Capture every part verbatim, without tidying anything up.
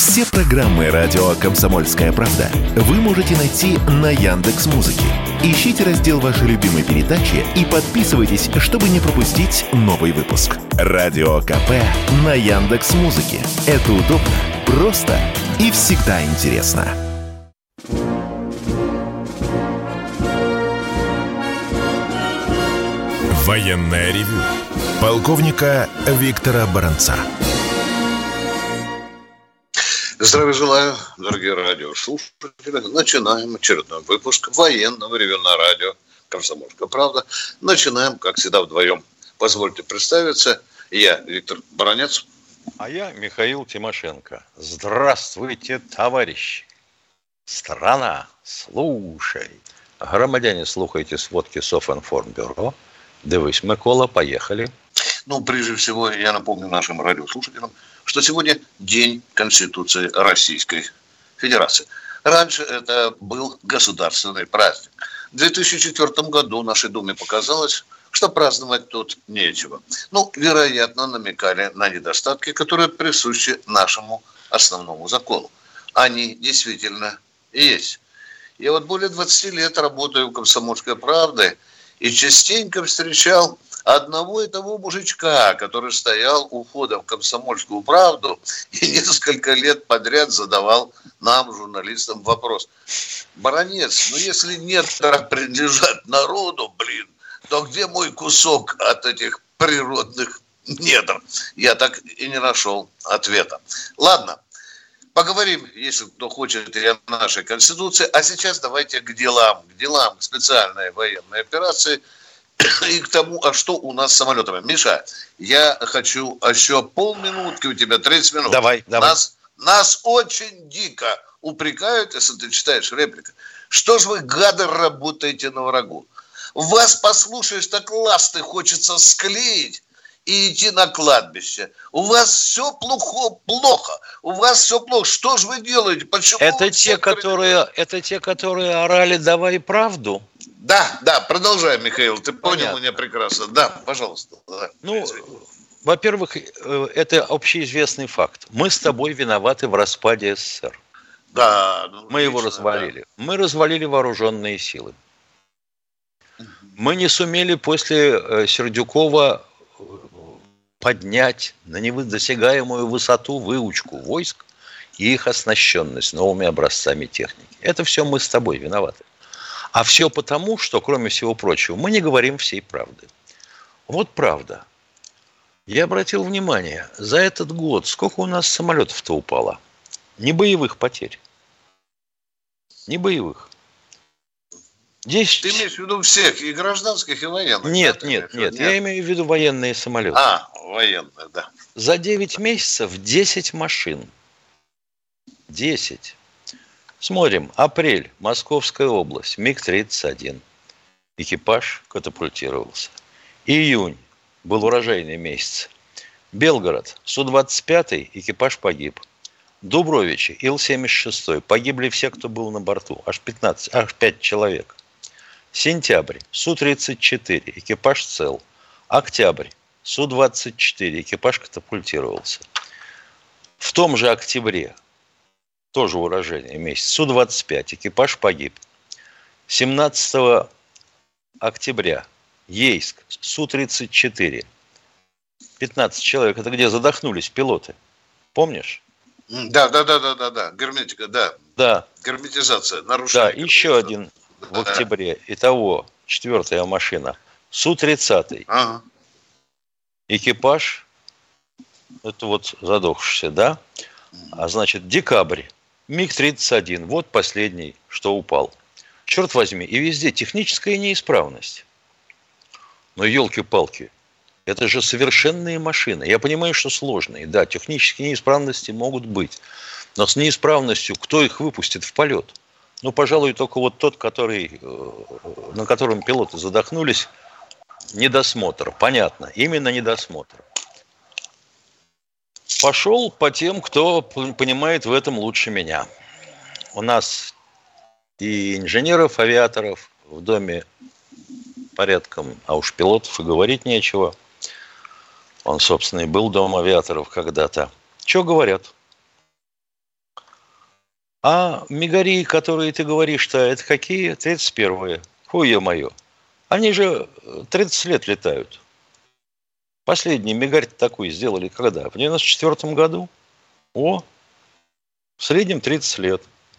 Все программы радио «Комсомольская правда» вы можете найти на Яндекс.Музыке. Ищите раздел вашей любимой передачи и подписывайтесь, чтобы не пропустить новый выпуск. Радио КП на Яндекс.Музыке. Это удобно, просто и всегда интересно. Военное ревю полковника Виктора Баранца. Здравия желаю, дорогие радиослушатели. Начинаем очередной выпуск военного ревю на радио «Комсомольская правда». Начинаем, как всегда, вдвоем. Позвольте представиться. Я Виктор Баранец. А я Михаил Тимошенко. Здравствуйте, товарищи. Страна, слушай. Громадяне, слухайте сводки Софинформбюро. Дивись, Микола, поехали. Ну, прежде всего, я напомню нашим радиослушателям, что сегодня День Конституции Российской Федерации. Раньше это был государственный праздник. В две тысячи четвёртом году нашей Думе показалось, что праздновать тут нечего. Ну, вероятно, намекали на недостатки, которые присущи нашему основному закону. Они действительно есть. Я вот более двадцати лет работаю в «Комсомольской правде» и частенько встречал одного и того мужичка, который стоял у входа в «Комсомольскую правду» и несколько лет подряд задавал нам, журналистам, вопрос. Баранец, ну если недра принадлежат народу, блин, то где мой кусок от этих природных недр? Я так и не нашел ответа. Ладно, поговорим, если кто хочет, и о нашей Конституции. А сейчас давайте к делам, к делам специальной военной операции и к тому, а что у нас с самолетами. Миша, я хочу еще полминутки у тебя, тридцать минут. Давай, давай. Нас, нас очень дико упрекают, если ты читаешь реплику. Что ж вы, гады, работаете на врагу? Вас послушаешь, так ласты хочется склеить и идти на кладбище. У вас все плохо, плохо. У вас все плохо. Что же вы делаете? Почему это те, которые, это те, которые орали «давай правду»? Да, да, продолжай, Михаил. Ты Понятно. понял меня прекрасно. Да, пожалуйста. Да. Ну, во-первых, это общеизвестный факт. Мы с тобой виноваты в распаде СССР. Да. Ну, Мы его лично, развалили. Да. Мы развалили вооруженные силы. Мы не сумели после Сердюкова поднять на недосягаемую высоту выучку войск и их оснащенность новыми образцами техники. Это все мы с тобой виноваты. А все потому, что, кроме всего прочего, мы не говорим всей правды. Вот правда. Я обратил внимание, за этот год сколько у нас самолетов-то упало? Не боевых потерь. Не боевых. десять... Ты имеешь в виду всех, и гражданских, и военных? Нет, да, нет, нет, нет. Я имею в виду военные самолеты. А, военные, да. За девять месяцев десять машин. десять. Смотрим. Апрель. Московская область. МиГ тридцать один. Экипаж катапультировался. Июнь. Был урожайный месяц. Белгород. Су двадцать пять. Экипаж погиб. Дубровичи. Ил семьдесят шесть. Погибли все, кто был на борту. Аж пятнадцать, аж пять человек. Сентябрь. Су тридцать четыре. Экипаж цел. Октябрь. Су двадцать четыре. Экипаж катапультировался. В том же октябре, тоже урожайный месяц, Су двадцать пять. Экипаж погиб. семнадцатого октября. Ейск. Су тридцать четыре. пятнадцать человек. Это где задохнулись пилоты. Помнишь? Да, да, да, да, да, да. Герметика, да. Да. Герметизация. Нарушение. Да, еще один в октябре. Итого, четвертая машина. Су тридцать. Ага. Экипаж, это вот задохшийся, да? А значит, декабрь. МиГ тридцать один. Вот последний, что упал. Черт возьми, и везде техническая неисправность. Но елки-палки, это же совершенные машины. Я понимаю, что сложные. Да, технические неисправности могут быть. Но с неисправностью кто их выпустит в полет? Ну, пожалуй, только вот тот, который, на котором пилоты задохнулись, недосмотр. Понятно, именно недосмотр. Пошел по тем, кто понимает в этом лучше меня. У нас и инженеров, авиаторов в доме порядком, а уж пилотов и говорить нечего. Он, собственно, и был дом авиаторов когда-то. Что говорят? А мигари, которые ты говоришь-то, это какие? тридцать первые. Фу, ё-моё. Они же тридцать лет летают. Последний мигарь такой сделали когда? В девяносто четвёртом году. О, в среднем тридцать лет.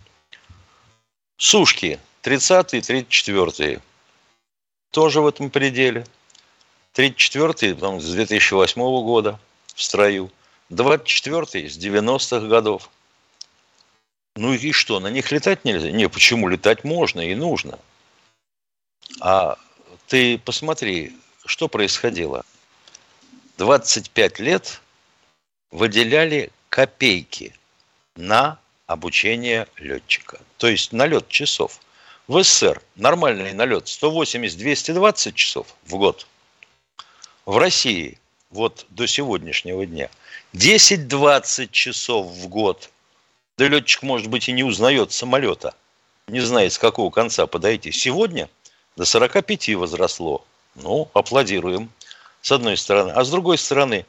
Сушки тридцатые, тридцать четвёртые. Тоже в этом пределе. тридцать четвёртые, потом с две тысячи восьмого года в строю. двадцать четвёртые с девяностых годов. Ну и что, на них летать нельзя? Не, почему? Летать можно и нужно. А ты посмотри, что происходило. двадцать пять лет выделяли копейки на обучение летчика. То есть налет часов. В СССР нормальный налет сто восемьдесят - двести двадцать часов в год. В России вот до сегодняшнего дня десять-двадцать часов в год. Да летчик, может быть, и не узнает самолета, не знает, с какого конца подойти. Сегодня до сорока пяти возросло. Ну, аплодируем, с одной стороны. А с другой стороны,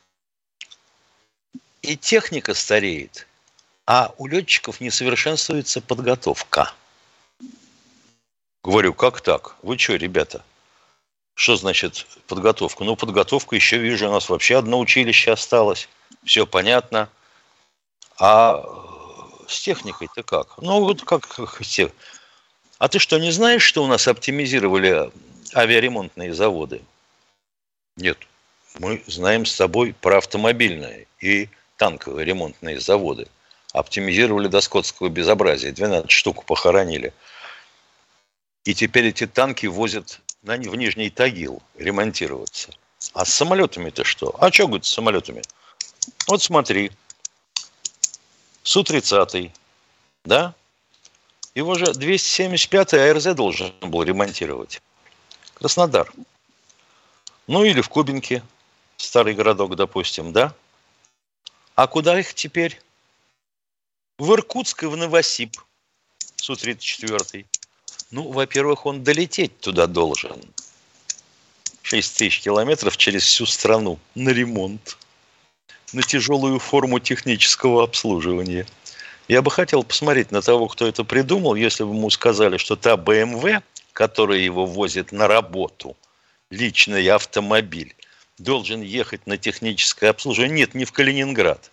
и техника стареет, а у летчиков не совершенствуется подготовка. Говорю, как так? Вы что, ребята? Что значит подготовка? Ну, подготовка еще, вижу, у нас вообще одно училище осталось. Все понятно. А с техникой-то как? Ну, вот как... А ты что, не знаешь, что у нас оптимизировали авиаремонтные заводы? Нет. Мы знаем с тобой про автомобильные и танковые ремонтные заводы. Оптимизировали до скотского безобразия. двенадцать штук похоронили. И теперь эти танки возят в Нижний Тагил ремонтироваться. А с самолетами-то что? А что, говорит, с самолетами? Вот смотри. Су тридцать, да? Его же двести семьдесят пятый АРЗ должен был ремонтировать. Краснодар. Ну или в Кубинке, старый городок, допустим, да? А куда их теперь? В Иркутск и в Новосиб. Су тридцать четыре. Ну, во-первых, он долететь туда должен. шесть тысяч километров через всю страну на ремонт. На тяжелую форму технического обслуживания. Я бы хотел посмотреть на того, кто это придумал, если бы ему сказали, что та бэ эм вэ, которая его возит на работу, личный автомобиль, должен ехать на техническое обслуживание. Нет, не в Калининград,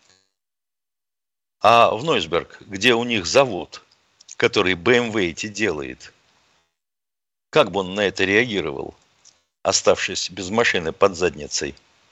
а в Нойсберг, где у них завод, который бэ эм вэ эти делает. Как бы он на это реагировал, оставшись без машины под задницей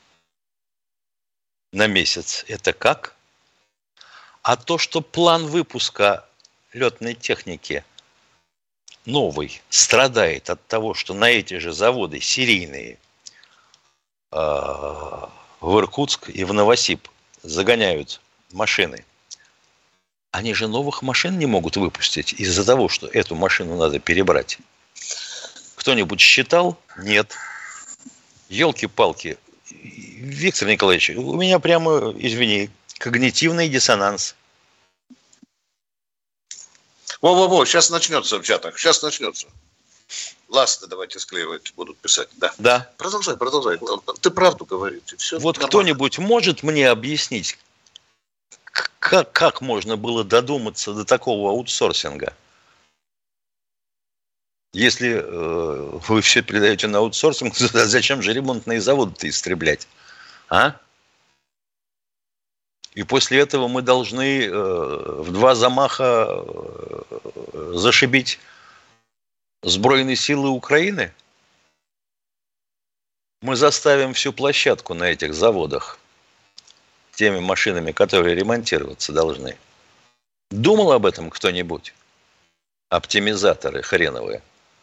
на месяц? Это как? А то, что план выпуска летной техники новый страдает от того, что на эти же заводы серийные э, в Иркутск и в Новосиб загоняют машины. Они же новых машин не могут выпустить из-за того, что эту машину надо перебрать. Кто-нибудь считал? Нет. Елки-палки. Виктор Николаевич, у меня прямо, извини, когнитивный диссонанс. Во-во-во, сейчас начнется в чатах, сейчас начнется. Ласты давайте склеивать, будут писать. Да. Да. Продолжай, продолжай. Ты правду говорите. Все вот нормально. Кто-нибудь может мне объяснить, как, как можно было додуматься до такого аутсорсинга? Если э, вы все передаете на аутсорсинг, зачем же ремонтные заводы-то истреблять? А? И после этого мы должны э, в два замаха э, зашибить сбройные силы Украины? Мы заставим всю площадку на этих заводах теми машинами, которые ремонтироваться должны. Думал об этом кто-нибудь? Оптимизаторы хреновые.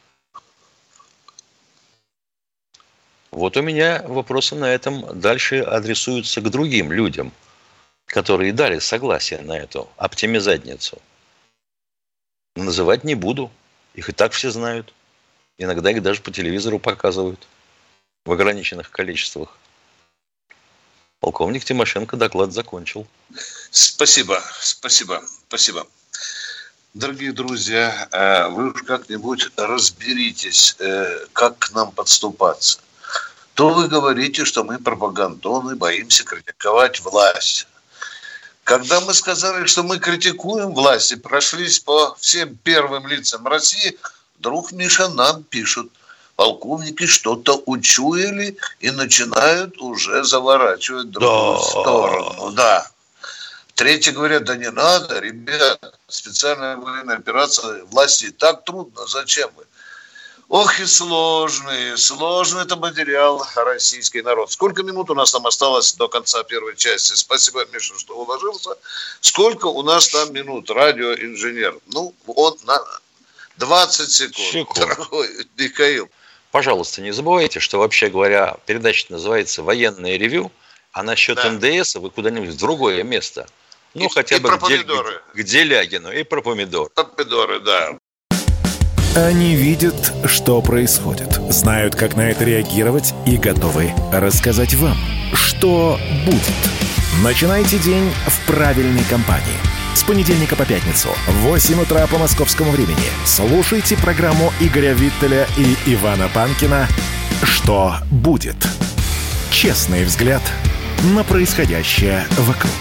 Вот у меня вопросы на этом дальше адресуются к другим людям, которые дали согласие на эту оптимизадницу. Называть не буду. Их и так все знают. Иногда их даже по телевизору показывают в ограниченных количествах. Полковник Тимошенко доклад закончил. Спасибо, спасибо, спасибо. Дорогие друзья, вы уж как-нибудь разберитесь, как к нам подступаться. То вы говорите, что мы пропагандоны, боимся критиковать власть. Когда мы сказали, что мы критикуем власти, прошлись по всем первым лицам России, вдруг, Миша, нам пишут, полковники что-то учуяли и начинают уже заворачивать в другую да. сторону. Да. Третьи говорят, да не надо, ребят, специальная военная операция, власти и так трудно, зачем вы? Ох и сложный, сложный это материал российский народ. Сколько минут у нас там осталось до конца первой части? Спасибо, Миша, что уложился. Сколько у нас там минут, радиоинженер? Ну, он на двадцать секунд, секунд. Дорогой Михаил. Пожалуйста, не забывайте, что, вообще говоря, передача называется «Военное ревю», а насчет да. эм дэ эса вы куда-нибудь в другое место. Ну, и, хотя и бы к, Дель... к Делягину. И про помидоры. Помидоры, да. Они видят, что происходит, знают, как на это реагировать и готовы рассказать вам, что будет. Начинайте день в правильной компании. С понедельника по пятницу в восемь утра по московскому времени слушайте программу Игоря Виттеля и Ивана Панкина «Что будет?». Честный взгляд на происходящее вокруг.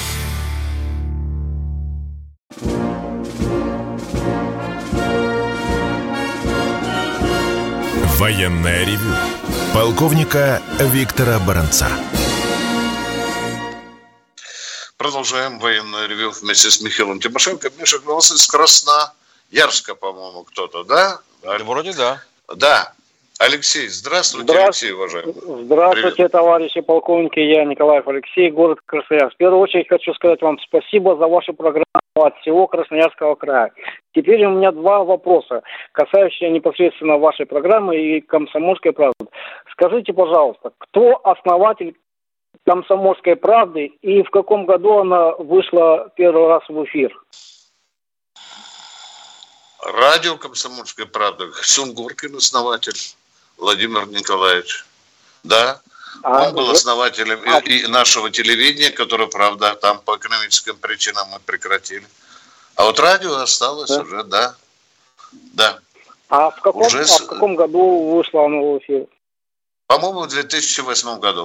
Военное ревю полковника Виктора Баранца. Продолжаем военное ревю вместе с Михаилом Тимошенко. Миша голоса из Красноярска, по-моему, кто-то, да? Да, вроде да. Да. Алексей, здравствуйте, Алексей, уважаемый. Здравствуйте, привет. Товарищи полковники. Я Николаев Алексей, город Красноярск. В первую очередь хочу сказать вам спасибо за вашу программу от всего Красноярского края. Теперь у меня два вопроса, касающиеся непосредственно вашей программы и «Комсомольской правды». Скажите, пожалуйста, кто основатель «Комсомольской правды» и в каком году она вышла первый раз в эфир? Радио «Комсомольская правда». Сунгоркин основатель, Владимир Николаевич. Да, а, он был основателем а... и, и нашего телевидения, которое, правда, там по экономическим причинам мы прекратили. А вот радио осталось да. уже, да. Да. А в каком, уже... а в каком году вышло оно в эфир? По-моему, в две тысячи восьмом году.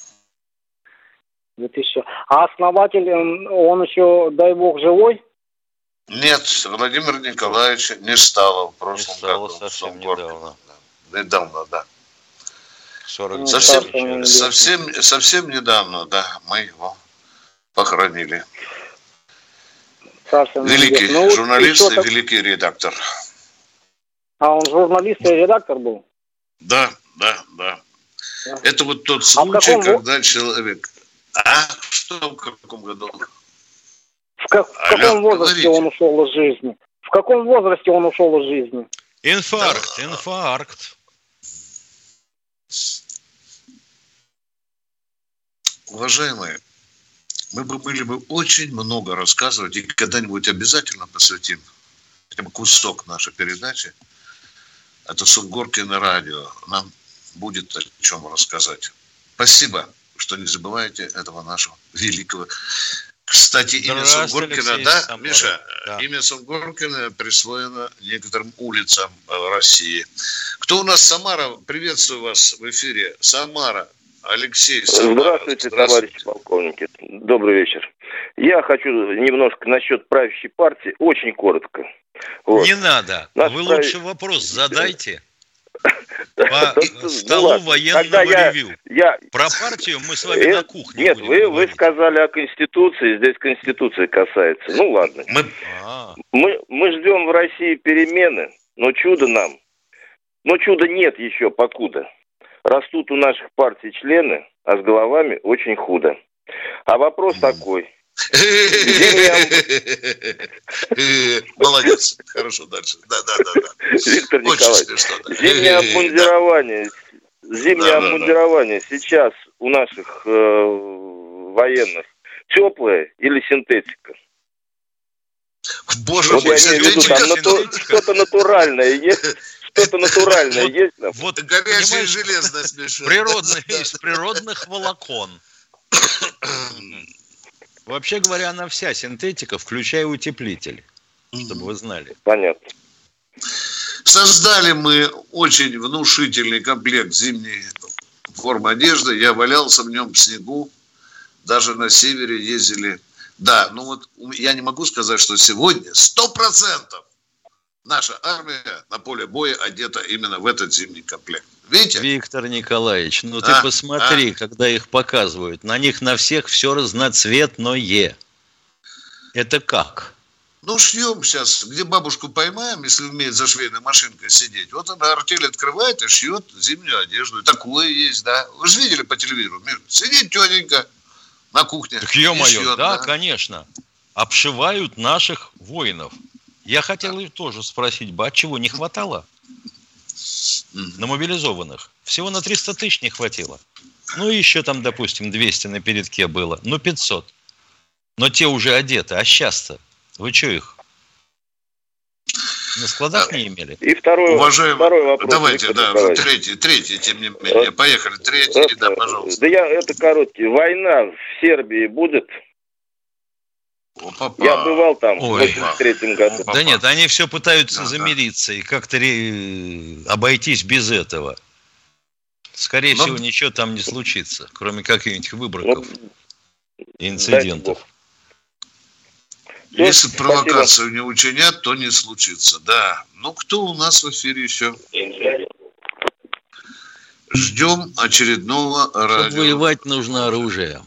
две тысячи А основатель, он еще, дай бог, живой? Нет, Владимир Николаевич не стало в прошлом не стало году. Совсем недавно. Недавно, да. сорок совсем, совсем, совсем недавно, да, мы его похоронили. Совсем великий ну, журналист и так... великий редактор. А он журналист и редактор был? Да, да, да. да. Это вот тот случай, а когда в... человек... А что в каком году? В, как, в каком Алло, возрасте говорите. он ушел из жизни? В каком возрасте он ушел из жизни? Инфаркт, да. инфаркт. Уважаемые, мы бы были бы очень много рассказывать и когда-нибудь обязательно посвятим хотя бы кусок нашей передачи. Это Сунгоркино радио. Нам будет о чем рассказать. Спасибо, что не забываете этого нашего великого. Кстати, имя Сунгоркина, да, Самара. Миша, да. имя Сунгоркина присвоено некоторым улицам России. Кто у нас Самара? Приветствую вас в эфире. Самара. Алексей Самара. Здравствуйте, Здравствуйте, товарищи полковники. Добрый вечер. Я хочу немножко насчет правящей партии, очень коротко. Вот. Не надо. Наш Вы прав... лучше вопрос задайте. По столу военного ревью. Я... Про партию мы с вами э... на кухне Нет, будем вы, говорить. вы сказали о Конституции, здесь Конституция касается. Ну ладно. Мы... Мы, мы ждем в России перемены, но чуда нам. Но чуда нет еще покуда. Растут у наших партий члены, а с головами очень худо. А вопрос такой. Молодец. Хорошо, дальше. Да, да, да, да. Виктор Николаевич, зимнее обмундирование, зимнее обмундирование сейчас у наших военных теплое или синтетика? Боже мой, синтетика. Что-то натуральное есть. Что-то натуральное вот, есть? Вот, горячее железное смешно. Природное, из природных волокон. Вообще говоря, она вся синтетика, включая утеплитель, чтобы вы знали. Понятно. Создали мы очень внушительный комплект зимней формы одежды. Я валялся в нем в снегу. Даже на севере ездили Да, ну вот я не могу сказать, что сегодня сто процентов наша армия на поле боя одета именно в этот зимний комплект. Видите? Виктор Николаевич, ну а, ты посмотри, а. когда их показывают, на них на всех все разноцветное. Это как? Ну, шьем сейчас, где бабушку поймаем, если умеет за швейной машинкой сидеть. Вот она артель открывает и шьет зимнюю одежду. И такое есть, да. Вы же видели по телевизору? Сидит тетенька на кухне. Так, ё-моё, шьет, да, да, конечно. Обшивают наших воинов. Я хотел их тоже спросить, бы, а чего не хватало? На мобилизованных. Всего на триста тысяч не хватило. Ну, еще там, допустим, двести на передке было. Ну, пятьсот. Но те уже одеты. А сейчас-то? Вы что их? На складах не имели? И второй, Уважаемый, второй вопрос. Давайте, да, уже третий, третий, тем не менее. Поехали, третий, да, пожалуйста. Да я, это короткий. Война в Сербии будет? О, я бывал там Ой. в восемьдесят третьем году. Да нет, они все пытаются да, замириться да. и как-то ре... обойтись без этого. Скорее Но... всего, ничего там не случится, кроме каких-нибудь выбросов, ну, инцидентов. Если Спасибо. провокацию не учинят, то не случится. Да. Ну, кто у нас в эфире еще? Ждем очередного радио. Чтобы воевать, нужно оружие.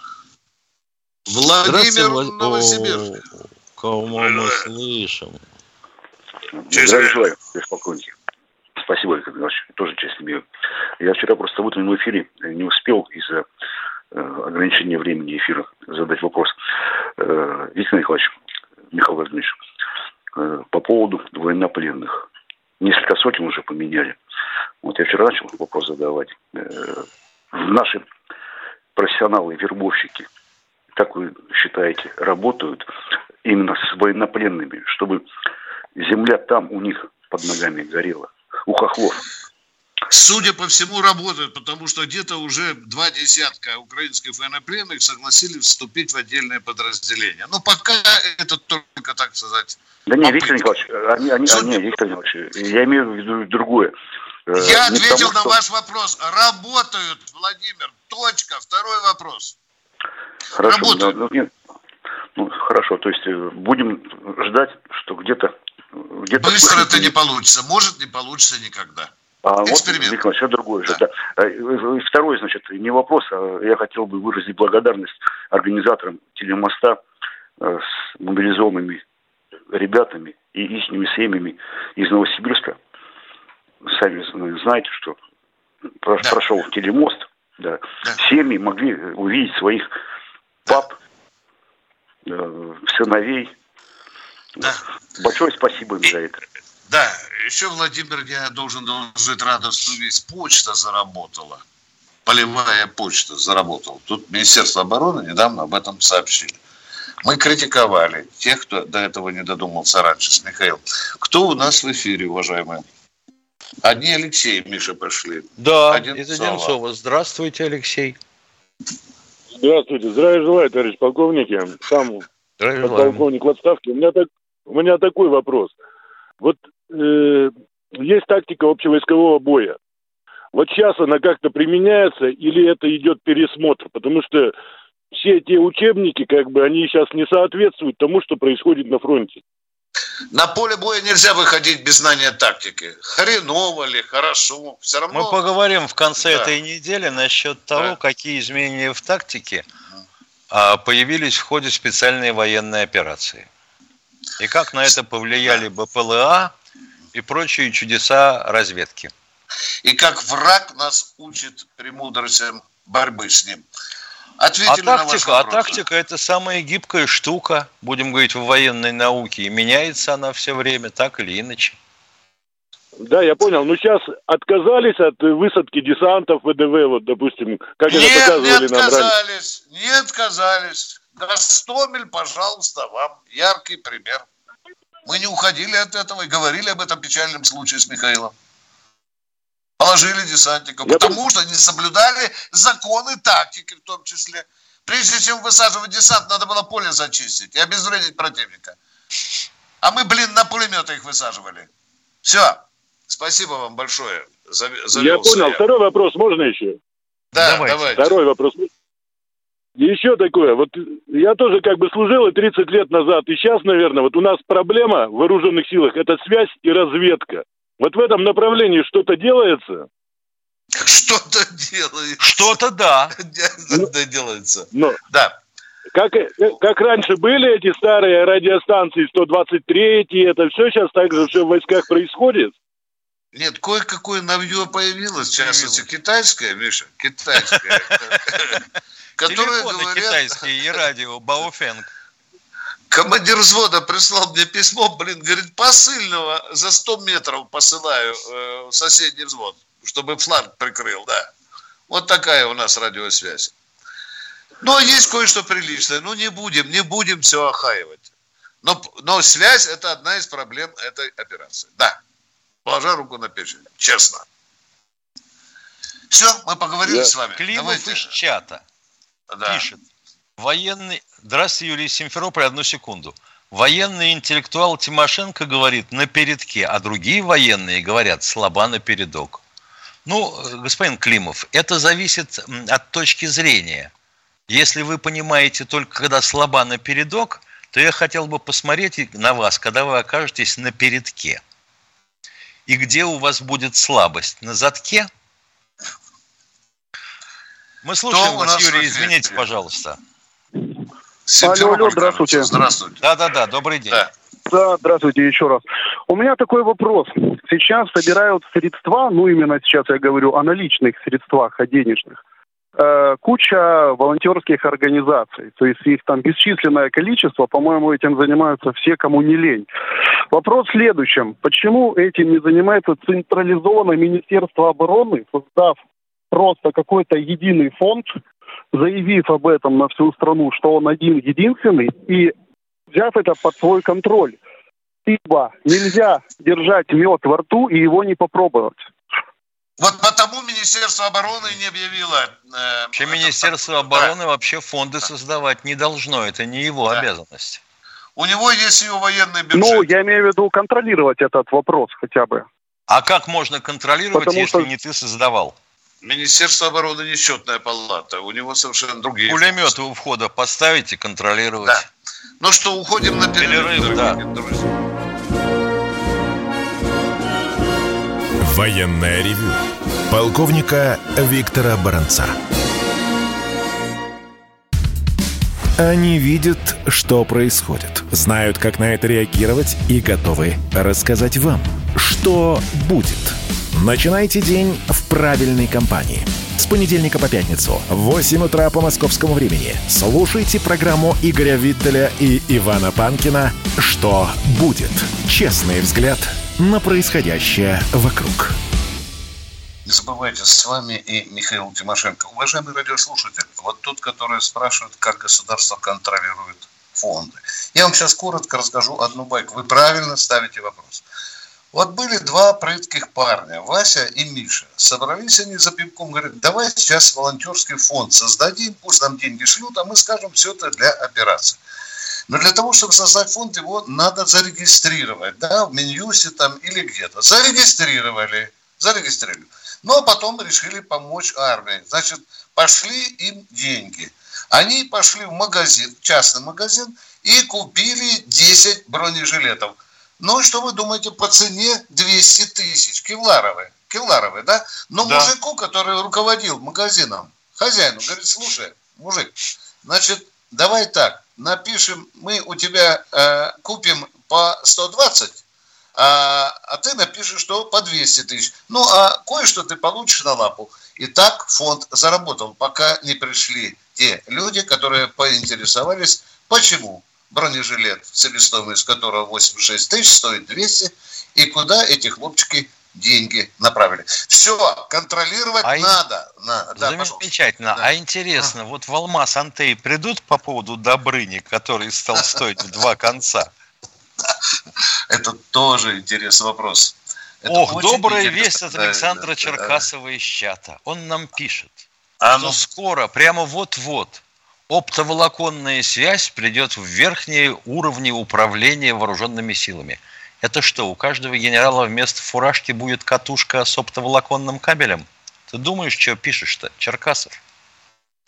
Владимир, Новосибирск. Кого мы слышим? Здравия желаю, полковник. Спасибо, Виктор Николаевич. Тоже честь имею. Я вчера просто в утреннем эфире не успел из-за э, ограничения времени эфира задать вопрос. Э, Виктор Николаевич, Михаил Владимирович, э, по поводу военнопленных. Несколько сотен уже поменяли. Вот я вчера начал вопрос задавать. Э, наши профессионалы, вербовщики, как вы считаете, работают именно с военнопленными, чтобы земля там у них под ногами горела, у хохлов? Судя по всему, работают, потому что где-то уже два десятка украинских военнопленных согласились вступить в отдельное подразделение. Но пока это только, так сказать, Да не, Виктор Николаевич, они, они, Судя... они, Виктор Николаевич, я имею в виду другое. Я не ответил тому, на что... ваш вопрос. Работают, Владимир. Точка. Второй вопрос. Хорошо, да, ну, нет, ну, хорошо, то есть будем ждать, что где-то... где-то Быстро это не получится, может не получится никогда. А эксперимент. Вот, Виктор, все другое да. же. Да. Второй, значит, не вопрос, а я хотел бы выразить благодарность организаторам телемоста с мобилизованными ребятами и их семьями из Новосибирска. Сами знаете, что да. прошел телемост, да. Да. Семьи могли увидеть своих пап, э, сыновей. Да. Большое спасибо им за это. Да, еще, Владимир, я должен доложить радостную весть. Почта заработала. Полевая почта заработала. Тут Министерство обороны недавно об этом сообщили. Мы критиковали тех, кто до этого не додумался раньше, с Михаилом. Кто у нас в эфире, уважаемые? Одни Алексей, Миша, пошли. Да, Одинцова. Из Одинцова. Здравствуйте, Алексей. Здравствуйте. Здравия желаю, товарищ полковники. Сам полковник в отставке. У меня, так, у меня такой вопрос. Вот э, есть тактика общевойскового боя. Вот сейчас она как-то применяется или это идет пересмотр? Потому что все эти учебники, как бы, они сейчас не соответствуют тому, что происходит на фронте. На поле боя нельзя выходить без знания тактики. Хреново ли, хорошо, все равно... Мы поговорим в конце да. этой недели насчет того, да. какие изменения в тактике а, появились в ходе специальной военной операции. И как на это повлияли да. БПЛА и прочие чудеса разведки. И как враг нас учит премудростям борьбы с ним. Ответили а на ваш тактика, а тактика – это самая гибкая штука, будем говорить, в военной науке. И меняется она все время, так или иначе. Да, я понял. Но сейчас отказались от высадки десантов ВДВ, вот, допустим, как Нет, это показывали не нам отказались, раньше. Не отказались. Гастомель, пожалуйста, вам яркий пример. Мы не уходили от этого и говорили об этом печальном случае с Михаилом. Положили десантников, Я потому бы... что не соблюдали законы тактики в том числе. Прежде чем высаживать десант, надо было поле зачистить и обезвредить противника. А мы, блин, на пулеметы их высаживали. Все. Спасибо вам большое. Я понял. Я. Второй вопрос можно еще? Да, давайте. Второй вопрос. еще такое. Вот я тоже как бы служил и тридцать лет назад, и сейчас, наверное, вот у нас проблема в вооруженных силах – это связь и разведка. Вот в этом направлении что-то делается? Что-то делается. Что-то да. Да, делается. Но, да. Как, как раньше были эти старые радиостанции сто двадцать три, это все сейчас так же все в войсках происходит? Нет, кое-какое новье появилось. Сейчас это китайское, Миша, китайское. Телефоны китайские и радио, Баофенг. Командир взвода прислал мне письмо, блин, говорит, посыльного за сто метров посылаю в соседний взвод, чтобы фланг прикрыл, да. Вот такая у нас радиосвязь. Но есть кое-что приличное. Ну, не будем, не будем все охаивать. Но, но связь – это одна из проблем этой операции. Да. Положа руку на печень. Честно. Все, мы поговорили да. с вами. Климов Давайте. Из чата да. пишет. Военный... Здравствуйте, Юрий Симферополь, одну секунду. Военный интеллектуал Тимошенко говорит на передке, а другие военные говорят слаба на передок. Ну, господин Климов, это зависит от точки зрения. Если вы понимаете только, когда слаба на передок, то я хотел бы посмотреть на вас, когда вы окажетесь на передке. И где у вас будет слабость? На задке? Мы слушаем вас, Юрий, извините, пожалуйста. Алло, алло, здравствуйте. Здравствуйте. Да-да-да, добрый день. Да. Да, здравствуйте еще раз. У меня такой вопрос. Сейчас собирают средства, ну именно сейчас я говорю о наличных средствах, о денежных, э, куча волонтерских организаций. То есть их там бесчисленное количество, по-моему, этим занимаются все, кому не лень. Вопрос в следующем. Почему этим не занимается централизованное Министерство обороны, создав просто какой-то единый фонд, заявив об этом на всю страну, что он один единственный, и взяв это под свой контроль. Ибо нельзя держать мед во рту и его не попробовать. Вот потому Министерство обороны не объявило... Э, вообще Министерство это... обороны да. вообще фонды да. создавать не должно. Это не его да. обязанность. У него есть его военный бюджет. Ну, я имею в виду контролировать этот вопрос хотя бы. А как можно контролировать, потому если что... не ты создавал? Министерство обороны не счетная палата. У него совершенно другие... Пулемет у входа поставить и контролировать. Да. Ну что, уходим на перерыв, перерыв да. друзья. Военное ревю полковника Виктора Баранца. Они видят, что происходит, знают, как на это реагировать и готовы рассказать вам, что будет. Начинайте день в правильной компании. С понедельника по пятницу в восемь утра по московскому времени слушайте программу Игоря Виттеля и Ивана Панкина «Что будет?». Честный взгляд на происходящее вокруг. Не забывайте, с вами и Михаил Тимошенко. Уважаемый радиослушатель, вот тот, который спрашивает, как государство контролирует фонды. Я вам сейчас коротко расскажу одну байку. Вы правильно ставите вопрос. Вот были два прытких парня, Вася и Миша. Собрались они за пивком, говорят, давай сейчас волонтерский фонд создадим, пусть нам деньги шлют, а мы скажем, все это для операции. Но для того, чтобы создать фонд, его надо зарегистрировать, да, в Минюсте там или где-то. Зарегистрировали, зарегистрировали. Ну, а потом решили помочь армии. Значит, пошли им деньги. Они пошли в магазин, в частный магазин, и купили десять бронежилетов. Ну, что вы думаете, по цене двести тысяч, кевларовые, кевларовые, да? Но да. мужику, который руководил магазином, хозяину, говорит, слушай, мужик, значит, давай так, напишем, мы у тебя э, купим по сто двадцать, а, а ты напишешь, что по двести тысяч. Ну, а кое-что ты получишь на лапу. И так фонд заработал, пока не пришли те люди, которые поинтересовались, почему бронежилет, себестоимость которого восемьдесят шесть тысяч, стоит двести, и куда эти хлопчики деньги направили. Все, контролировать а надо. На, да, замечательно. Да. А интересно, а. вот в Алмаз Антей придут по поводу Добрыни, который стал стоить в два конца? Это тоже интересный вопрос. Ох, добрая весть от Александра Черкасова из чата. Он нам пишет, что скоро, прямо вот-вот, оптоволоконная связь придет в верхние уровни управления вооруженными силами. Это что, у каждого генерала вместо фуражки будет катушка с оптоволоконным кабелем? Ты думаешь, что пишешь-то, Черкасов?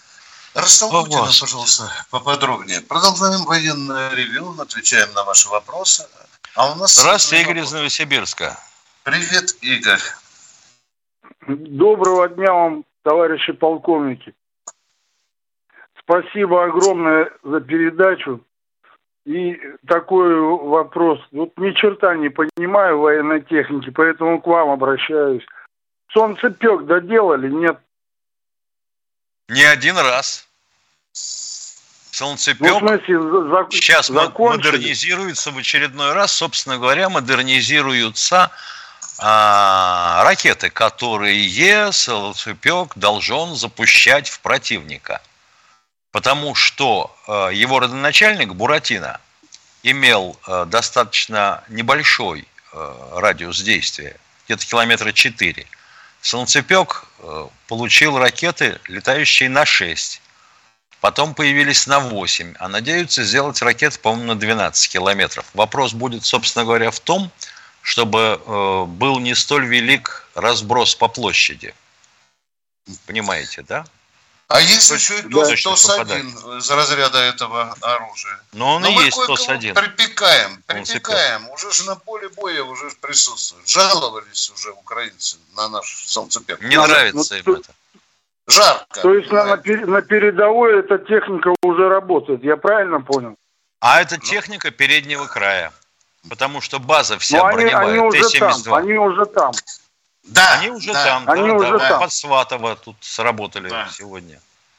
Растолкуйте нам, пожалуйста, поподробнее. Продолжаем военное ревью, отвечаем на ваши вопросы. А у нас... Здравствуйте, Игорь из Новосибирска. Привет, Игорь. Доброго дня вам, товарищи полковники. Спасибо огромное за передачу. И такой вопрос. Вот ни черта не понимаю военной техники, поэтому к вам обращаюсь. Солнцепек доделали, нет? Не один раз. Солнцепек ну, в смысле, за, сейчас закончили. Модернизируется в очередной раз. Собственно говоря, модернизируются а, ракеты, которые Солнцепек должен запущать в противника. Потому что а, его родоначальник Буратино имел а, достаточно небольшой а, радиус действия, где-то километра четыре. Солнцепек получил ракеты, летающие на шесть. Потом появились на восемь. А надеются сделать ракеты, по-моему, на двенадцать километров. Вопрос будет, собственно говоря, в том, чтобы был не столь велик разброс по площади. Понимаете, да? А есть еще и ТОС один из разряда этого оружия. Но он Но и есть ТОС один. Припекаем, припекаем. Уже же на поле боя уже присутствует. Жаловались уже украинцы на наш Солнцепек. Не а, нравится ну, им это. Жарко. То есть на, на передовой эта техника уже работает, я правильно понял? А это техника переднего края. Потому что база вся они, броневая Т семьдесят два. Они уже там. Да, они уже да, там, они да, уже да, там. Под Сватово тут сработали да. сегодня.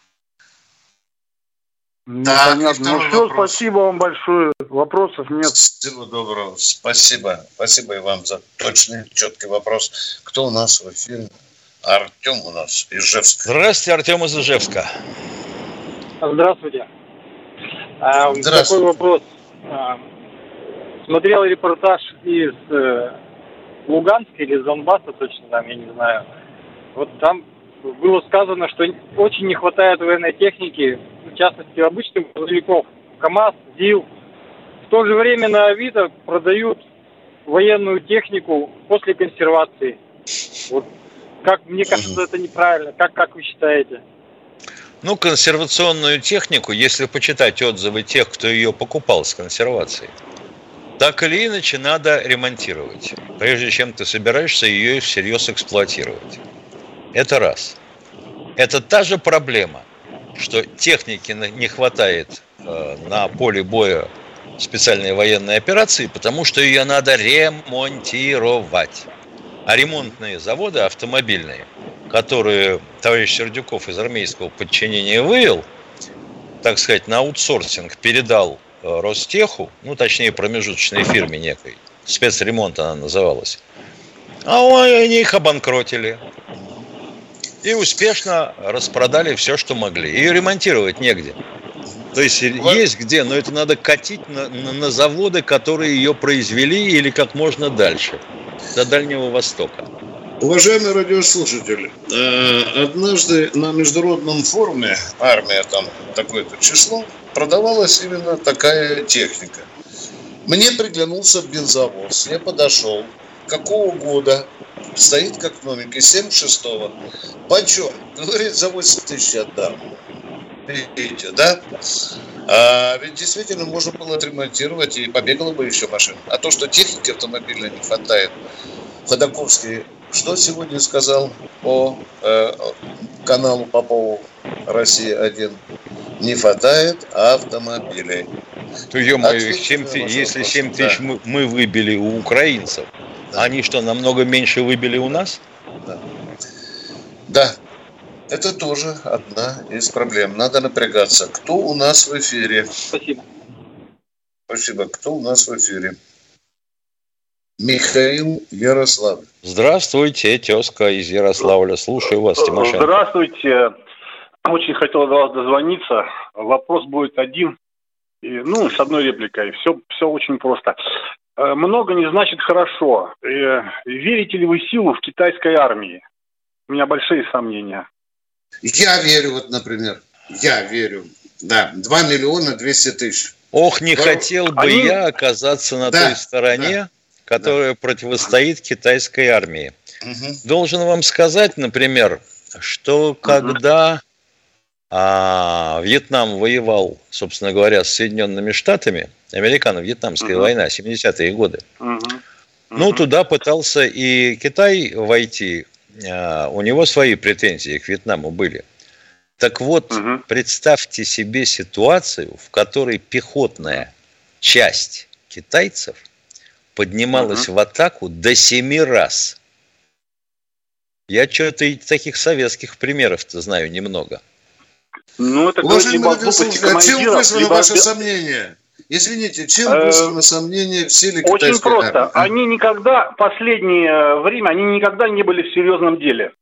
Ну, да, понятно. Ну все, вопрос. Спасибо вам большое. Вопросов нет. Всего доброго. Спасибо. Спасибо и вам за точный, четкий вопрос. Кто у нас в эфире? Артем у нас из Ижевска. Здравствуйте, Артем из Ижевска. Здравствуйте. Здравствуйте. Такой вопрос. Смотрел репортаж из Луганска или из Донбасса, точно там, я не знаю. Вот там было сказано, что очень не хватает военной техники, в частности, обычных грузовиков, КАМАЗ, ЗИЛ. В то же время на Авито продают военную технику после консервации. Вот как мне кажется, это неправильно. Как, как вы считаете? Ну, консервационную технику, если почитать отзывы тех, кто ее покупал с консервацией, так или иначе надо ремонтировать, прежде чем ты собираешься ее всерьез эксплуатировать. Это раз. Это та же проблема, что техники не хватает э, на поле боя специальной военной операции, потому что ее надо ремонтировать. А ремонтные заводы автомобильные, которые товарищ Сердюков из армейского подчинения вывел, так сказать, на аутсорсинг передал Ростеху, ну, точнее, промежуточной фирме некой, спецремонт она называлась, а они их обанкротили и успешно распродали все, что могли. Ее ремонтировать негде. То есть есть где, но это надо катить на, на, на заводы, которые ее произвели, или как можно дальше, до Дальнего Востока. Уважаемый радиослушатель, однажды на международном форуме «Армия», там такое-то число, продавалась именно такая техника. Мне приглянулся бензовоз, я подошел. Какого года? Стоит как новенький, семьдесят шестого. Почем? Говорит, за восемь тысяч отдам. Видите, да? А ведь действительно можно было отремонтировать, и побегала бы еще машина. А то, что техники автомобильной не хватает. Ходаковский что сегодня сказал по э, каналу Попова «Россия один»? Не хватает автомобилей. То, ё-моё, если семь тысяч да. мы, мы выбили у украинцев, да. Они что, намного меньше выбили у нас? Да. Да. Это тоже одна из проблем. Надо напрягаться. Кто у нас в эфире? Спасибо. Спасибо. Кто у нас в эфире? Михаил, Ярославль. Здравствуйте, тезка из Ярославля. Слушаю вас, Тимошенко. Здравствуйте. Очень хотел до вас дозвониться. Вопрос будет один. И, ну, с одной репликой. Все, все очень просто. Много не значит хорошо. Верите ли вы в силу в китайской армии? У меня большие сомнения. Я верю, вот, например. Я верю. Да, два миллиона двести тысяч. Ох, не Вор... хотел бы Они... я оказаться на да, той стороне, да, которая да. противостоит китайской армии. Угу. Должен вам сказать, например, что когда А Вьетнам воевал, собственно говоря, с Соединенными Штатами. Американо-вьетнамская uh-huh. война, семидесятые годы. Uh-huh. Uh-huh. Ну, туда пытался и Китай войти. А, у него свои претензии к Вьетнаму были. Так вот, uh-huh. представьте себе ситуацию, в которой пехотная часть китайцев поднималась uh-huh. в атаку до семи раз. Я что-то и таких советских примеров-то знаю немного. Ну, это Уважаемый радиослушатель, а чем вызвано либо... ваше сомнение? Извините, чем вызвано сомнение в силе китайской армии? Очень просто. А? Они никогда, в последнее время, они никогда не были в серьезном деле.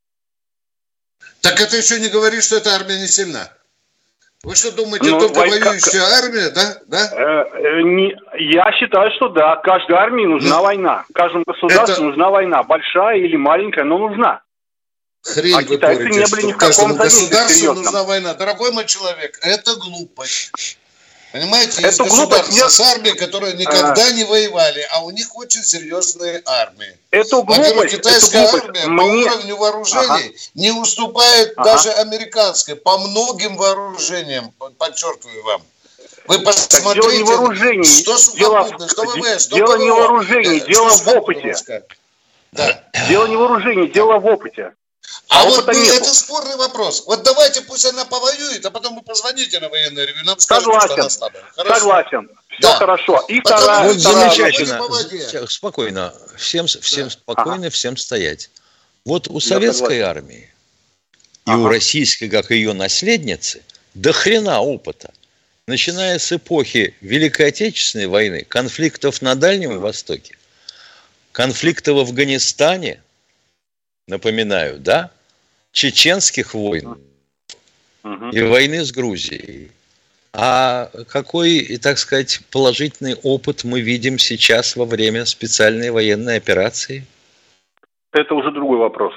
Так это еще не говорит, что эта армия не сильна. Вы что думаете, ну, только войска... воюющая армия, да? да? Э, не... Я считаю, что да. Каждой армии нужна ну, война. Каждому государству это... нужна война. Большая или маленькая, но нужна. Хрень а вы порите, не были что каждому государству нужна война. Дорогой мой человек, это глупость. Понимаете, есть государства с армией, которые никогда а... не воевали, а у них очень серьезные армии. Это глупость. Во-первых, китайская это армия Мне... по уровню вооружений ага. не уступает ага. даже американской по многим вооружениям, подчеркиваю вам. Вы посмотрите, дело не вооружений, что сухопутное, что ВВС, что дело ПВО, не вооружений, дело в опыте. Да. Дело не вооружений, дело в опыте. А, а вот мы, это спорный вопрос. Вот давайте пусть она повоюет, а потом вы позвоните на военное ревью, нам скажете, что она слабая. Хорошо? Согласен. Все да. хорошо. И вторая... Вот замечательно. Спокойно. Всем, всем спокойно, ага. всем стоять. Вот у советской армии и ага. у российской, как ее наследницы, до хрена опыта. Начиная с эпохи Великой Отечественной войны, конфликтов на Дальнем Востоке, конфликта в Афганистане, напоминаю, да, чеченских войн uh-huh. и войны с Грузией. А какой, так сказать, положительный опыт мы видим сейчас во время специальной военной операции? Это уже другой вопрос.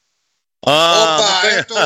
А, Опа, это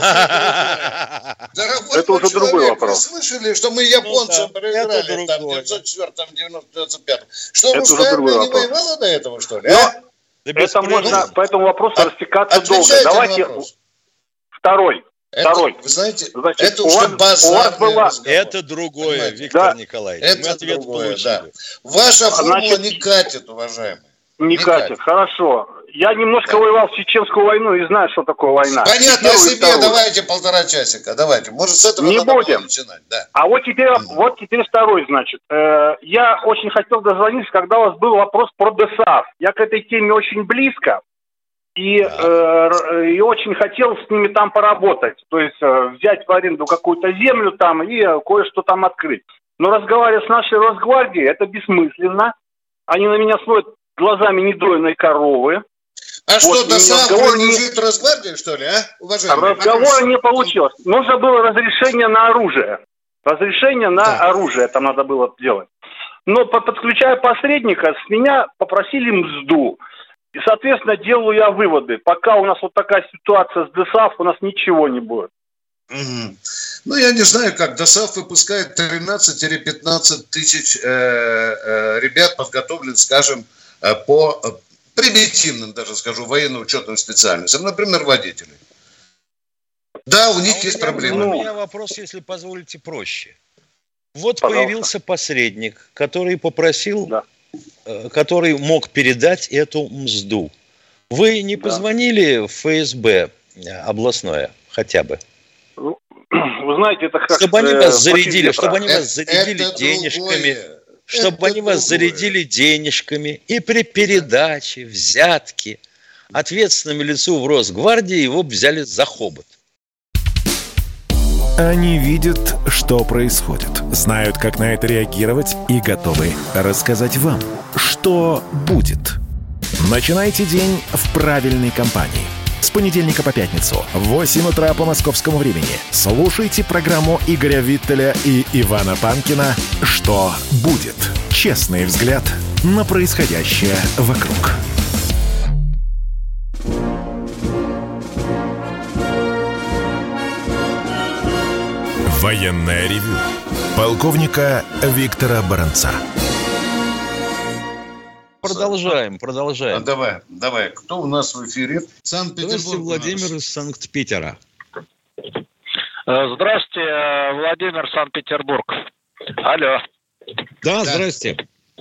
уже Дорогой это уже человек, другой вопрос. Вы слышали, что мы японцам ну, да, проиграли там в девятьсот четвёртом девяносто пятом? Что, это русская армия не воевала до этого, что ли? А? Да это можно по этому вопросу а, растекаться долго. Давайте второй. Это, Второй. Вы знаете, Значит, это уже базарный была... Это другое, понимаете? Виктор да. Николаевич. Это мы ответ другое, получили. Да. Ваша формула Значит, не катит, уважаемый. Не, не катит. катит, хорошо. Я немножко да. воевал в Чеченскую войну и знаю, что такое война. Понятно, о себе, давайте полтора часика, давайте. Может, с этого не будем начинать. Да. А вот теперь, mm-hmm. вот теперь второй, значит. Э, я очень хотел дозвониться, когда у вас был вопрос про ДСАФ. Я к этой теме очень близко. И, да. э, и очень хотел с ними там поработать. То есть э, взять в аренду какую-то землю там и э, кое-что там открыть. Но разговаривать с нашей Росгвардией, это бессмысленно. Они на меня смотрят глазами недойной коровы. А вот, что, ДСАФ принадлежит не... Росгвардии, что ли, а? Уважаемый. Разговора не получилось. Нужно было разрешение на оружие. Разрешение на да. оружие там надо было делать. Но подключая посредника, с меня попросили мзду. И, соответственно, делаю я выводы. Пока у нас вот такая ситуация с ДСАФ, у нас ничего не будет. Угу. Ну, я не знаю, как ДСАФ выпускает тринадцать-пятнадцать тысяч э, э, ребят, подготовленных, скажем, э, по э, примитивным, даже скажу, военно-учетным специальностям. Например, водители. Да, у них а есть у меня, проблемы. У меня вопрос, если позволите, проще. Вот Пожалуйста. Появился посредник, который попросил... Да. который мог передать эту мзду. Вы не позвонили да. в эф эс бэ областное хотя бы? Вы знаете, это как... Чтобы они вас зарядили, чтобы они вас зарядили денежками, чтобы они вас зарядили денежками и при передаче, взятке ответственному лицу в Росгвардии его взяли за хобот. Они видят, что происходит, знают, как на это реагировать и готовы рассказать вам, что будет. Начинайте день в правильной компании. С понедельника по пятницу в восемь утра по московскому времени слушайте программу Игоря Виттеля и Ивана Панкина «Что будет?». Честный взгляд на происходящее вокруг. Военное ревю полковника Виктора Баранца. Продолжаем, продолжаем. А давай, давай. Кто у нас в эфире? Санкт-Петербург. Владимир из Санкт-Петера. Здравствуйте, Владимир, Санкт-Петербург. Алло. Да, здрасте.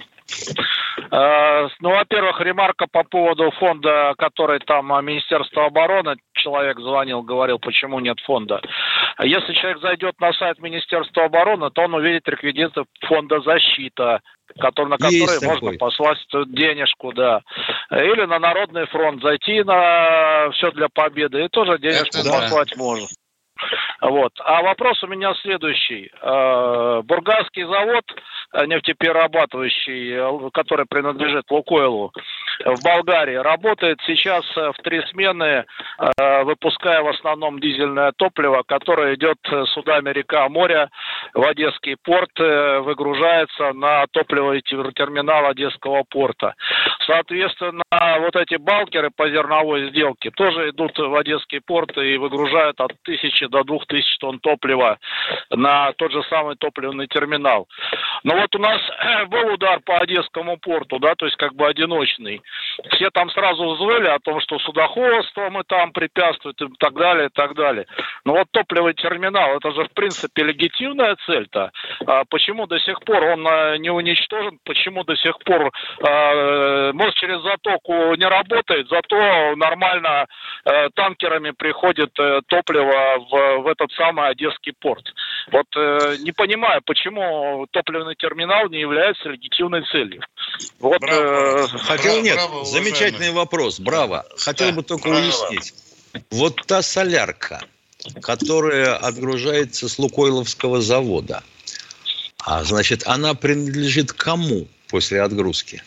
Ну, во-первых, ремарка по поводу фонда, который там Министерство обороны, человек звонил, говорил, почему нет фонда. Если человек зайдет на сайт Министерства обороны, то он увидит реквизиты фонда защита, который, на который Есть можно такой. послать денежку, да. Или на Народный фронт зайти на «Все для победы» и тоже денежку Это послать да. можно. Вот. А вопрос у меня следующий. Бургасский завод нефтеперерабатывающий, который принадлежит «Лукойлу», в Болгарии работает сейчас в три смены, выпуская в основном дизельное топливо, которое идет судами река-моря в Одесский порт, выгружается на топливный терминал Одесского порта. Соответственно, вот эти балкеры по зерновой сделке тоже идут в Одесский порт и выгружают от тысячи до двух тысяч тонн топлива на тот же самый топливный терминал. Но вот у нас был удар по Одесскому порту, да, то есть как бы одиночный. Все там сразу взвыли о том, что судоходство мы там препятствует и так далее, и так далее. Но вот топливный терминал, это же в принципе легитимная цель-то. А почему до сих пор он не уничтожен? Почему до сих пор э, мост через затоку не работает? Зато нормально э, танкерами приходит э, топливо в, в этот самый Одесский порт. Вот э, не понимаю, почему топливный терминал не является легитимной целью. Вот, браво, э, Хотел, нет, браво, замечательный вопрос, браво. Хотел да, бы только браво. уяснить. Вот та солярка, которая отгружается с Лукойловского завода, а значит, она принадлежит кому после отгрузки?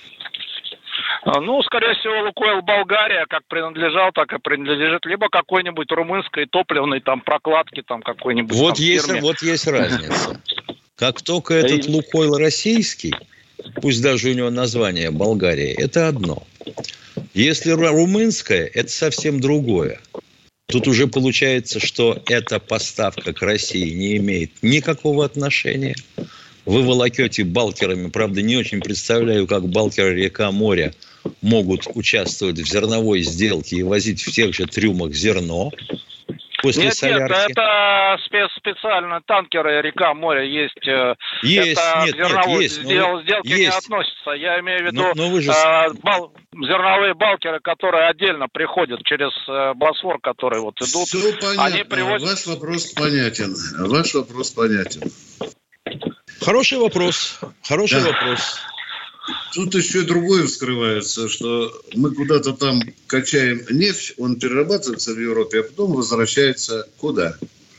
Ну, скорее всего, «Лукойл Болгария» как принадлежал, так и принадлежит. Либо какой-нибудь румынской топливной там прокладки там какой-нибудь Вот там есть, фирме. вот есть разница. Как только этот «Лукойл» российский, пусть даже у него название «Болгария», это одно. Если румынская, это совсем другое. Тут уже получается, что эта поставка к России не имеет никакого отношения. Вы волокете балкерами, правда, не очень представляю, как балкеры река-моря могут участвовать в зерновой сделке и возить в тех же трюмах зерно после нет, солярки. Нет, это спе- специально танкеры река-море есть. Есть, это нет, к зерновой нет, есть. сдел- Но сделке есть. не относится. Я имею в виду но, но вы же... э, бал- зерновые балкеры, которые отдельно приходят через э, Босфор, которые вот идут. Все понятно. Они привозят... Ваш вопрос понятен. Ваш вопрос понятен. Хороший вопрос. Хороший Да. вопрос. Тут еще другое вскрывается, что мы куда-то там качаем нефть, он перерабатывается в Европе, а потом возвращается куда?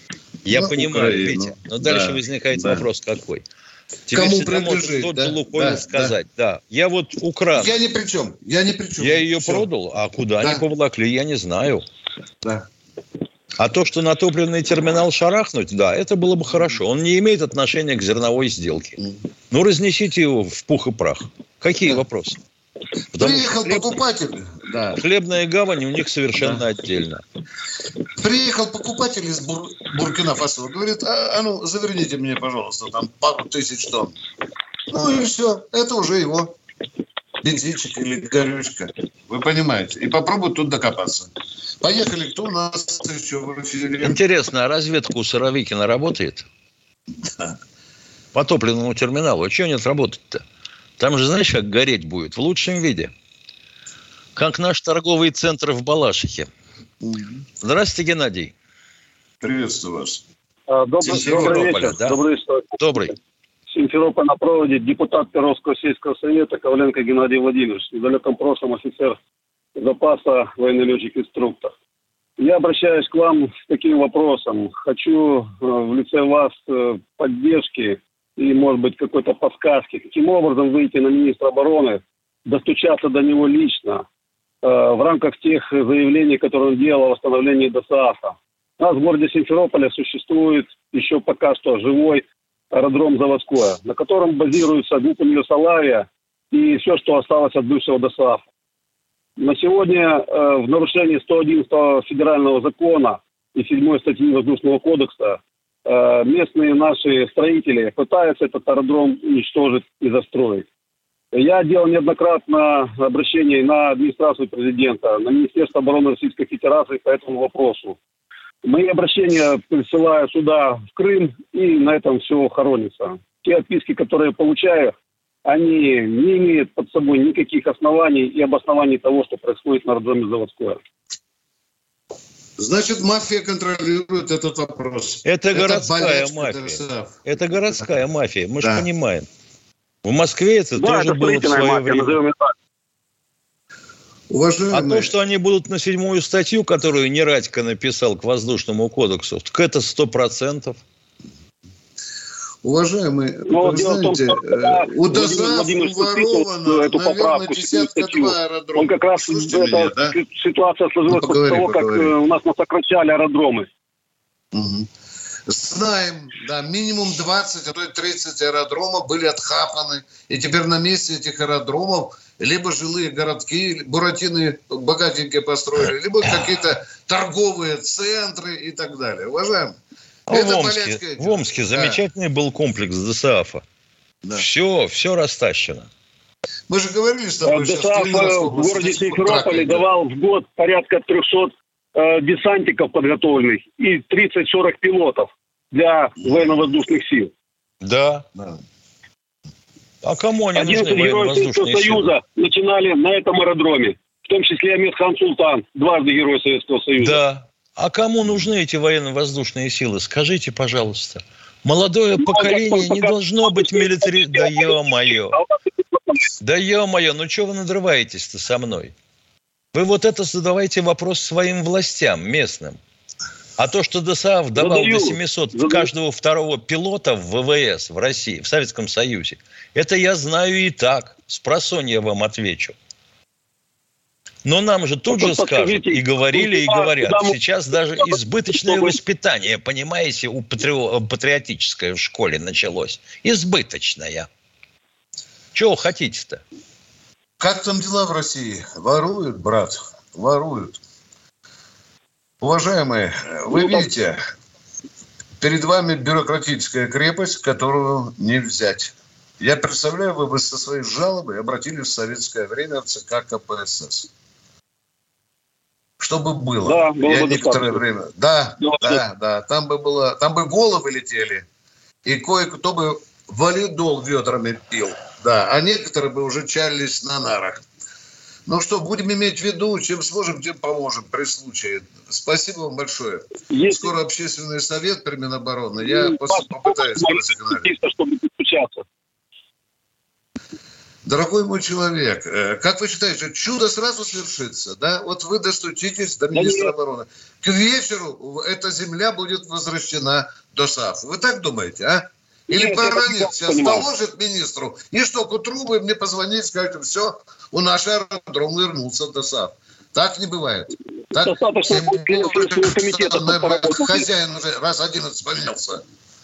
Я На понимаю, Украину. Витя. Но дальше Да, возникает да. вопрос какой. Тебе Кому всегда принадлежит, может да? тот же «Лукойл» Да, сказать. Да. да. Я вот украл. Я ни при чем. Я ни при чем. Я ее Все. продал, а куда Да. они поволокли, я не знаю. Да. А то, что на топливный терминал шарахнуть, да, это было бы хорошо. Он не имеет отношения к зерновой сделке. Ну, разнесите его в пух и прах. Какие Да. вопросы? Потому Приехал хлеб... покупатель. Да. Хлебная гавань у них совершенно Да. отдельно. Приехал покупатель из Бур... Буркина-Фасо. Говорит, а, а ну, заверните мне, пожалуйста, там пару тысяч тонн. Ну и все. Это уже его бензинчик или горючка. Вы понимаете. И попробуй тут докопаться. Поехали. Кто у нас еще в эфире? Интересно, а разведка у Суровикина работает? Да. По топливному терминалу. А чего нет работать-то? Там же, знаешь, как гореть будет? В лучшем виде. Как наш торговый центр в Балашихе. Здравствуйте, Геннадий. Приветствую вас. Добрый, добрый вечер. Да? Добрый вечер. Добрый. Симферополь на проводе, депутат Перовского сельского совета Коваленко Геннадий Владимирович. В недалеком прошлом офицер запаса, военный летчик-инструктор. Я обращаюсь к вам с таким вопросом. Хочу в лице вас поддержки и, может быть, какой-то подсказки. Каким образом выйти на министра обороны, достучаться до него лично в рамках тех заявлений, которые он делал о восстановлении ДОСААФа. У нас в городе Симферополе существует еще пока что живой аэродром заводской, на котором базируется группа Югославия и все, что осталось от бывшего ДОСААФа. На сегодня э, в нарушении сто одиннадцатого федерального закона и седьмой статьи Воздушного кодекса э, местные наши строители пытаются этот аэродром уничтожить и застроить. Я делал неоднократно обращение на администрацию президента, на Министерство обороны Российской Федерации по этому вопросу. Мои обращения присылаю сюда, в Крым, и на этом все хоронится. Те отписки, которые получаю, они не имеют под собой никаких оснований и обоснований того, что происходит на роддоме Заводское. Значит, мафия контролирует этот вопрос. Это, это городская мафия. ДСАФ. Это городская мафия, мы да. же понимаем. В Москве это да, тоже это было в свое мафия, время. Уважаемые... А то, что они будут на седьмую статью, которую Нерадько написал к Воздушному кодексу, так это сто процентов. Уважаемые, вы знаете, том, что, у ДОСААФ уворовано, эту наверное, десятка два аэродрома. Он как раз эта да? ситуация сложилась ну, после того, как поговорим. У нас сокращали аэродромы. Угу. Знаем, да, минимум двадцать, а то и тридцать аэродромов были отхапаны. И теперь на месте этих аэродромов либо жилые городки, буратины богатенькие построили, либо какие-то торговые центры и так далее. Уважаемые. В Омске, в Омске замечательный да. был комплекс ДОСААФа. Да. Все, все растащено. Мы же говорили с тобой сейчас. ДОСААФ в городе Симферополе давал в год порядка трехсот э, десантиков подготовленных и тридцать-сорок пилотов для военно-воздушных сил. Да. да. А кому они нужны, одиннадцать героев Советского Союза начинали на этом аэродроме. В том числе Амирхан Султан, дважды Герой Советского Союза. Да. А кому нужны эти военно-воздушные силы? Скажите, пожалуйста. Молодое ну, поколение не должно быть милитари... Да ё-моё. Да ё-моё, ну что вы надрываетесь-то со мной? Вы вот это задавайте вопрос своим властям местным. А то, что ДОСААФ давал Задаю. до семисот Задаю. каждого второго пилота в ВВС в России, в Советском Союзе, это я знаю и так. Спросонья вам отвечу. Но нам же тут же скажут, и говорили, и говорят. Сейчас даже избыточное воспитание, понимаете, у патри... патриотическое в школе началось. Избыточное. Чего хотите-то? Как там дела в России? Воруют, брат, воруют. Уважаемые, вы видите, перед вами бюрократическая крепость, которую не взять. Я представляю, вы бы со своей жалобой обратились в советское время в ЦК КПСС. Чтобы было. Да, было Я бы некоторое время. Да, да, да, да. Там бы было, там бы головы летели, и кое-кто бы валидол ведрами пил. Да, а некоторые бы уже чалились на нарах. Ну что, будем иметь в виду, чем сможем, тем поможем при случае. Спасибо вам большое. Есть... Скоро общественный совет при Минобороны. Я ну, попытаюсь просигналить. Чтобы подключаться. Дорогой мой человек, как вы считаете, чудо сразу свершится, да? Вот вы достучитесь до министра обороны. К вечеру эта земля будет возвращена ДОСААФ. Вы так думаете, а? Или Нет, поранит, сейчас доложит министру, и что, к утру вы мне позвонить, скажете, все, у нашего аэродрома вернулся ДОСААФ. Так не бывает. Так, хозяин уже раз одиннадцать поменялся.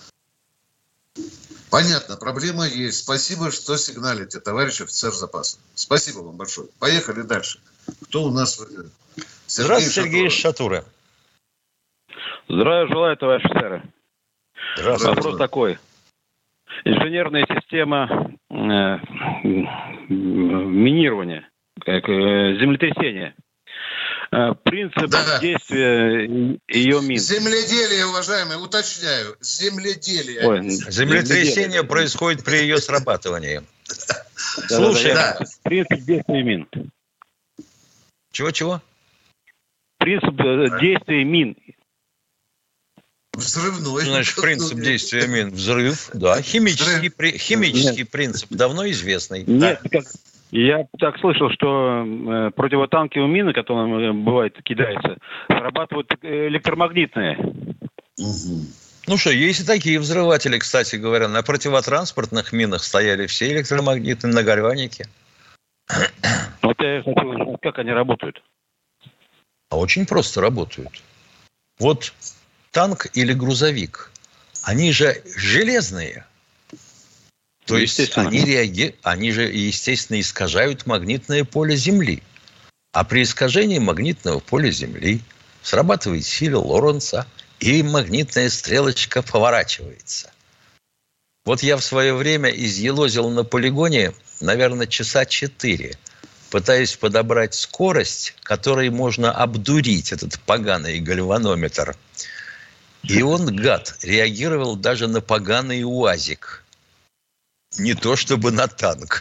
Понятно, проблема есть. Спасибо, что сигналите, товарищ офицер запаса. Спасибо вам большое. Поехали дальше. Кто у нас? Сергей Здравствуйте, Сергей Шатура. Здравия желаю, товарищ офицеры. Здравствуйте. Вопрос такой. Инженерная система э, минирования, э, землетрясения. Э, принцип да. действия ее мин. Земледелие, уважаемые, уточняю. Земледелие. Ой, землетрясение земледелие. происходит при ее срабатывании. Слушай, да. принцип действия мин. Чего-чего? Принцип действия мин. Взрывной. Значит, принцип действия мин. Взрыв, да. Химический, при, химический принцип, давно известный. Нет, как, я так слышал, что э, противотанковые мины, которые, бывает, кидаются, срабатывают электромагнитные. Угу. Ну что, есть и такие взрыватели, кстати говоря. На противотранспортных минах стояли все электромагнитные нагореванники. Вот я хочу узнать, как они работают. А очень просто работают. Вот танк или грузовик, они же железные. То есть они, реаги... они же, естественно, искажают магнитное поле Земли. А при искажении магнитного поля Земли срабатывает сила Лоренца, и магнитная стрелочка поворачивается. Вот я в свое время изъелозил на полигоне, наверное, часа четыре. пытаясь подобрать скорость, которой можно обдурить этот поганый гальванометр. И он, гад, реагировал даже на поганый УАЗик. Не то чтобы на танк.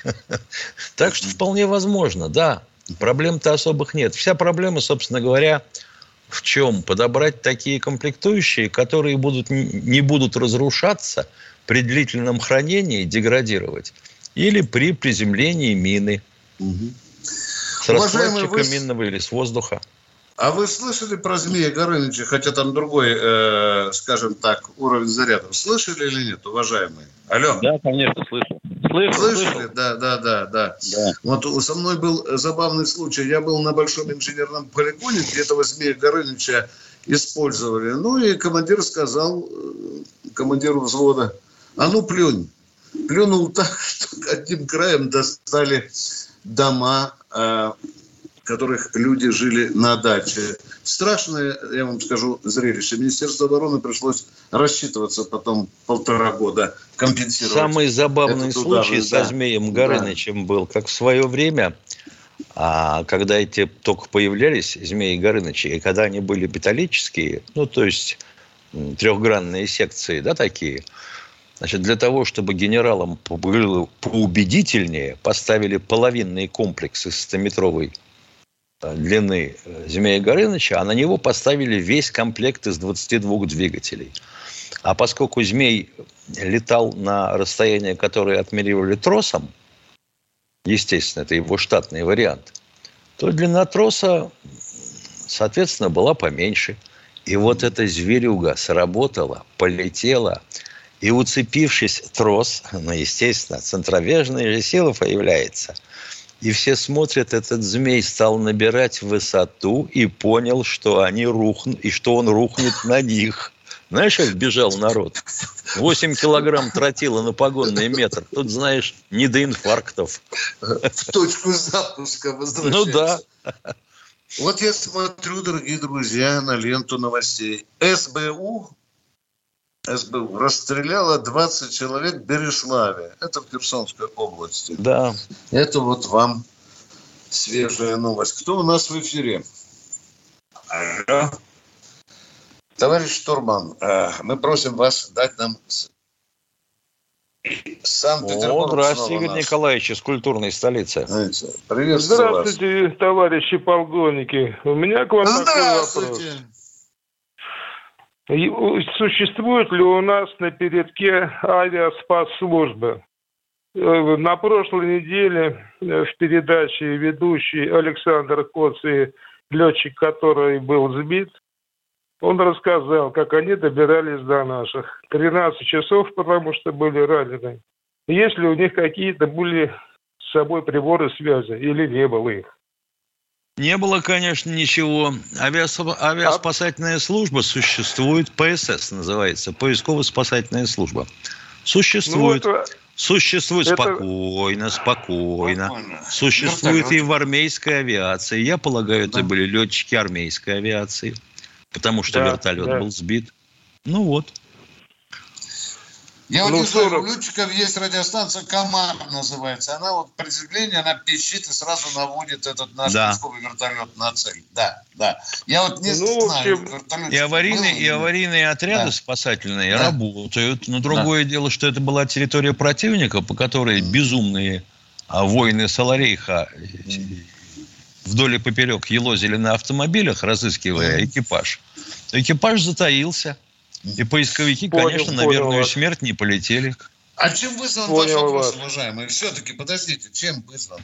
Так что вполне возможно, да. Проблем-то особых нет. Вся проблема, собственно говоря, в чем? Подобрать такие комплектующие, которые будут, не будут разрушаться при длительном хранении, деградировать, или при приземлении мины. Угу. С раскладчика вы... минного или с воздуха. А вы слышали про Змея Горыныча, хотя там другой, э, скажем так, уровень зарядов? Слышали или нет, уважаемые? Алло. Да, конечно, слышу. Слышал, Слышали? Слышал. Да, да, да, да, да. Вот со мной был забавный случай. Я был на большом инженерном полигоне, где этого Змея Горыныча использовали. Ну и командир сказал, командиру взвода, а ну плюнь. Плюнул так, что одним краем достали дома, э, в которых люди жили на даче. Страшное, я вам скажу, зрелище. Министерству обороны пришлось рассчитываться потом полтора года, компенсировать. Самый забавный случай удар, со да. Змеем Горынычем да. был, как в свое время, а, когда эти только появлялись, Змеи Горынычи, и когда они были металлические, ну, то есть трехгранные секции, да, такие, значит, для того, чтобы генералам было поубедительнее, поставили половинные комплексы стометровой длины Змея Горыныча, а на него поставили весь комплект из двадцати двух двигателей. А поскольку Змей летал на расстояние, которое отмеривали тросом, естественно, это его штатный вариант, то длина троса, соответственно, была поменьше. И вот эта зверюга сработала, полетела, и, уцепившись трос, ну, естественно, центробежная же сила появляется. И все смотрят, этот змей стал набирать высоту и понял, что они рухнут, и что он рухнет на них. Знаешь, как бежал народ? восемь килограмм тротила на погонный метр. Тут, знаешь, не до инфарктов. В точку запуска возвращается. Ну да. Вот я смотрю, дорогие друзья, на ленту новостей. СБУ СБУ расстреляла двадцать человек в Береславе. Это в Херсонской области. Да. Это вот вам свежая новость. Кто у нас в эфире? Алло. Товарищ штурман, мы просим вас дать нам Санкт-Петербург. О, здравствуйте, Игорь наш. Николаевич, из культурной столицы. Приветствую Здравствуйте, вас. Товарищи полковники. У меня к вам такой вопрос. Существует ли у нас на передке авиаспасслужбы? На прошлой неделе в передаче ведущий Александр Коц и летчик, который был сбит, он рассказал, как они добирались до наших. тринадцать часов, потому что были ранены. Есть ли у них какие-то были с собой приборы связи или не было их? Не было, конечно, ничего. Авиас... Авиаспасательная служба существует, ПСС называется, поисково-спасательная служба. Существует. Ну, это... Существует это... спокойно, спокойно. спокойно. Существует Вертолет. И в армейской авиации. Я полагаю, это да. были летчики армейской авиации, потому что да, вертолет да. был сбит. Ну вот. Я вот ну, не знаю, у летчиков есть радиостанция «Комар» называется. Она вот при приземлении, она пищит и сразу наводит этот наш да. поисковый вертолет на цель. Да, да. Я вот не ну, знаю. И аварийные, и аварийные отряды да. спасательные да. работают. Но другое да. дело, что это была территория противника, по которой mm. безумные воины Саларейха вдоль и поперек елозили на автомобилях, разыскивая mm. экипаж. Экипаж затаился. И поисковики, понял, конечно, на верную вас. смерть не полетели. А чем вызван понял ваш вопрос, вас. уважаемые? Все-таки, подождите, чем вызван?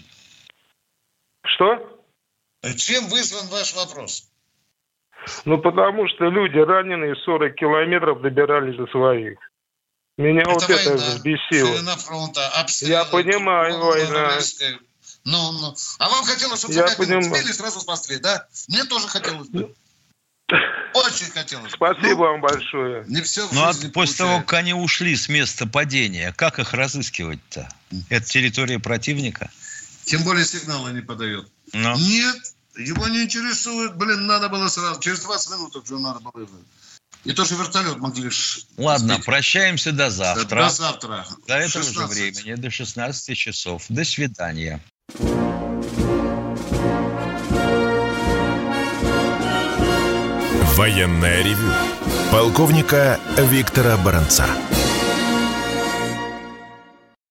Что? Чем вызван ваш вопрос? Ну, потому что люди, раненые сорок километров, добирались до своих. Меня это вот война, это взбесило. Фронта, Я понимаю, война. Ну, ну. А вам хотелось, чтобы Я понимаю. и сразу спасли, да? Мне тоже хотелось бы. Очень хотелось. Спасибо ну, вам большое. Не все ну, а после получается. того, как они ушли с места падения, как их разыскивать-то? Это территория противника? Тем более сигнала не подает. Но. Нет, его не интересует. Блин, надо было сразу. Через двадцать минут уже надо было. И тоже вертолет могли... Ладно, сбить. Прощаемся до завтра. До завтра. До этого же времени, до шестнадцати часов. До свидания. Военное ревю полковника Виктора Баранца.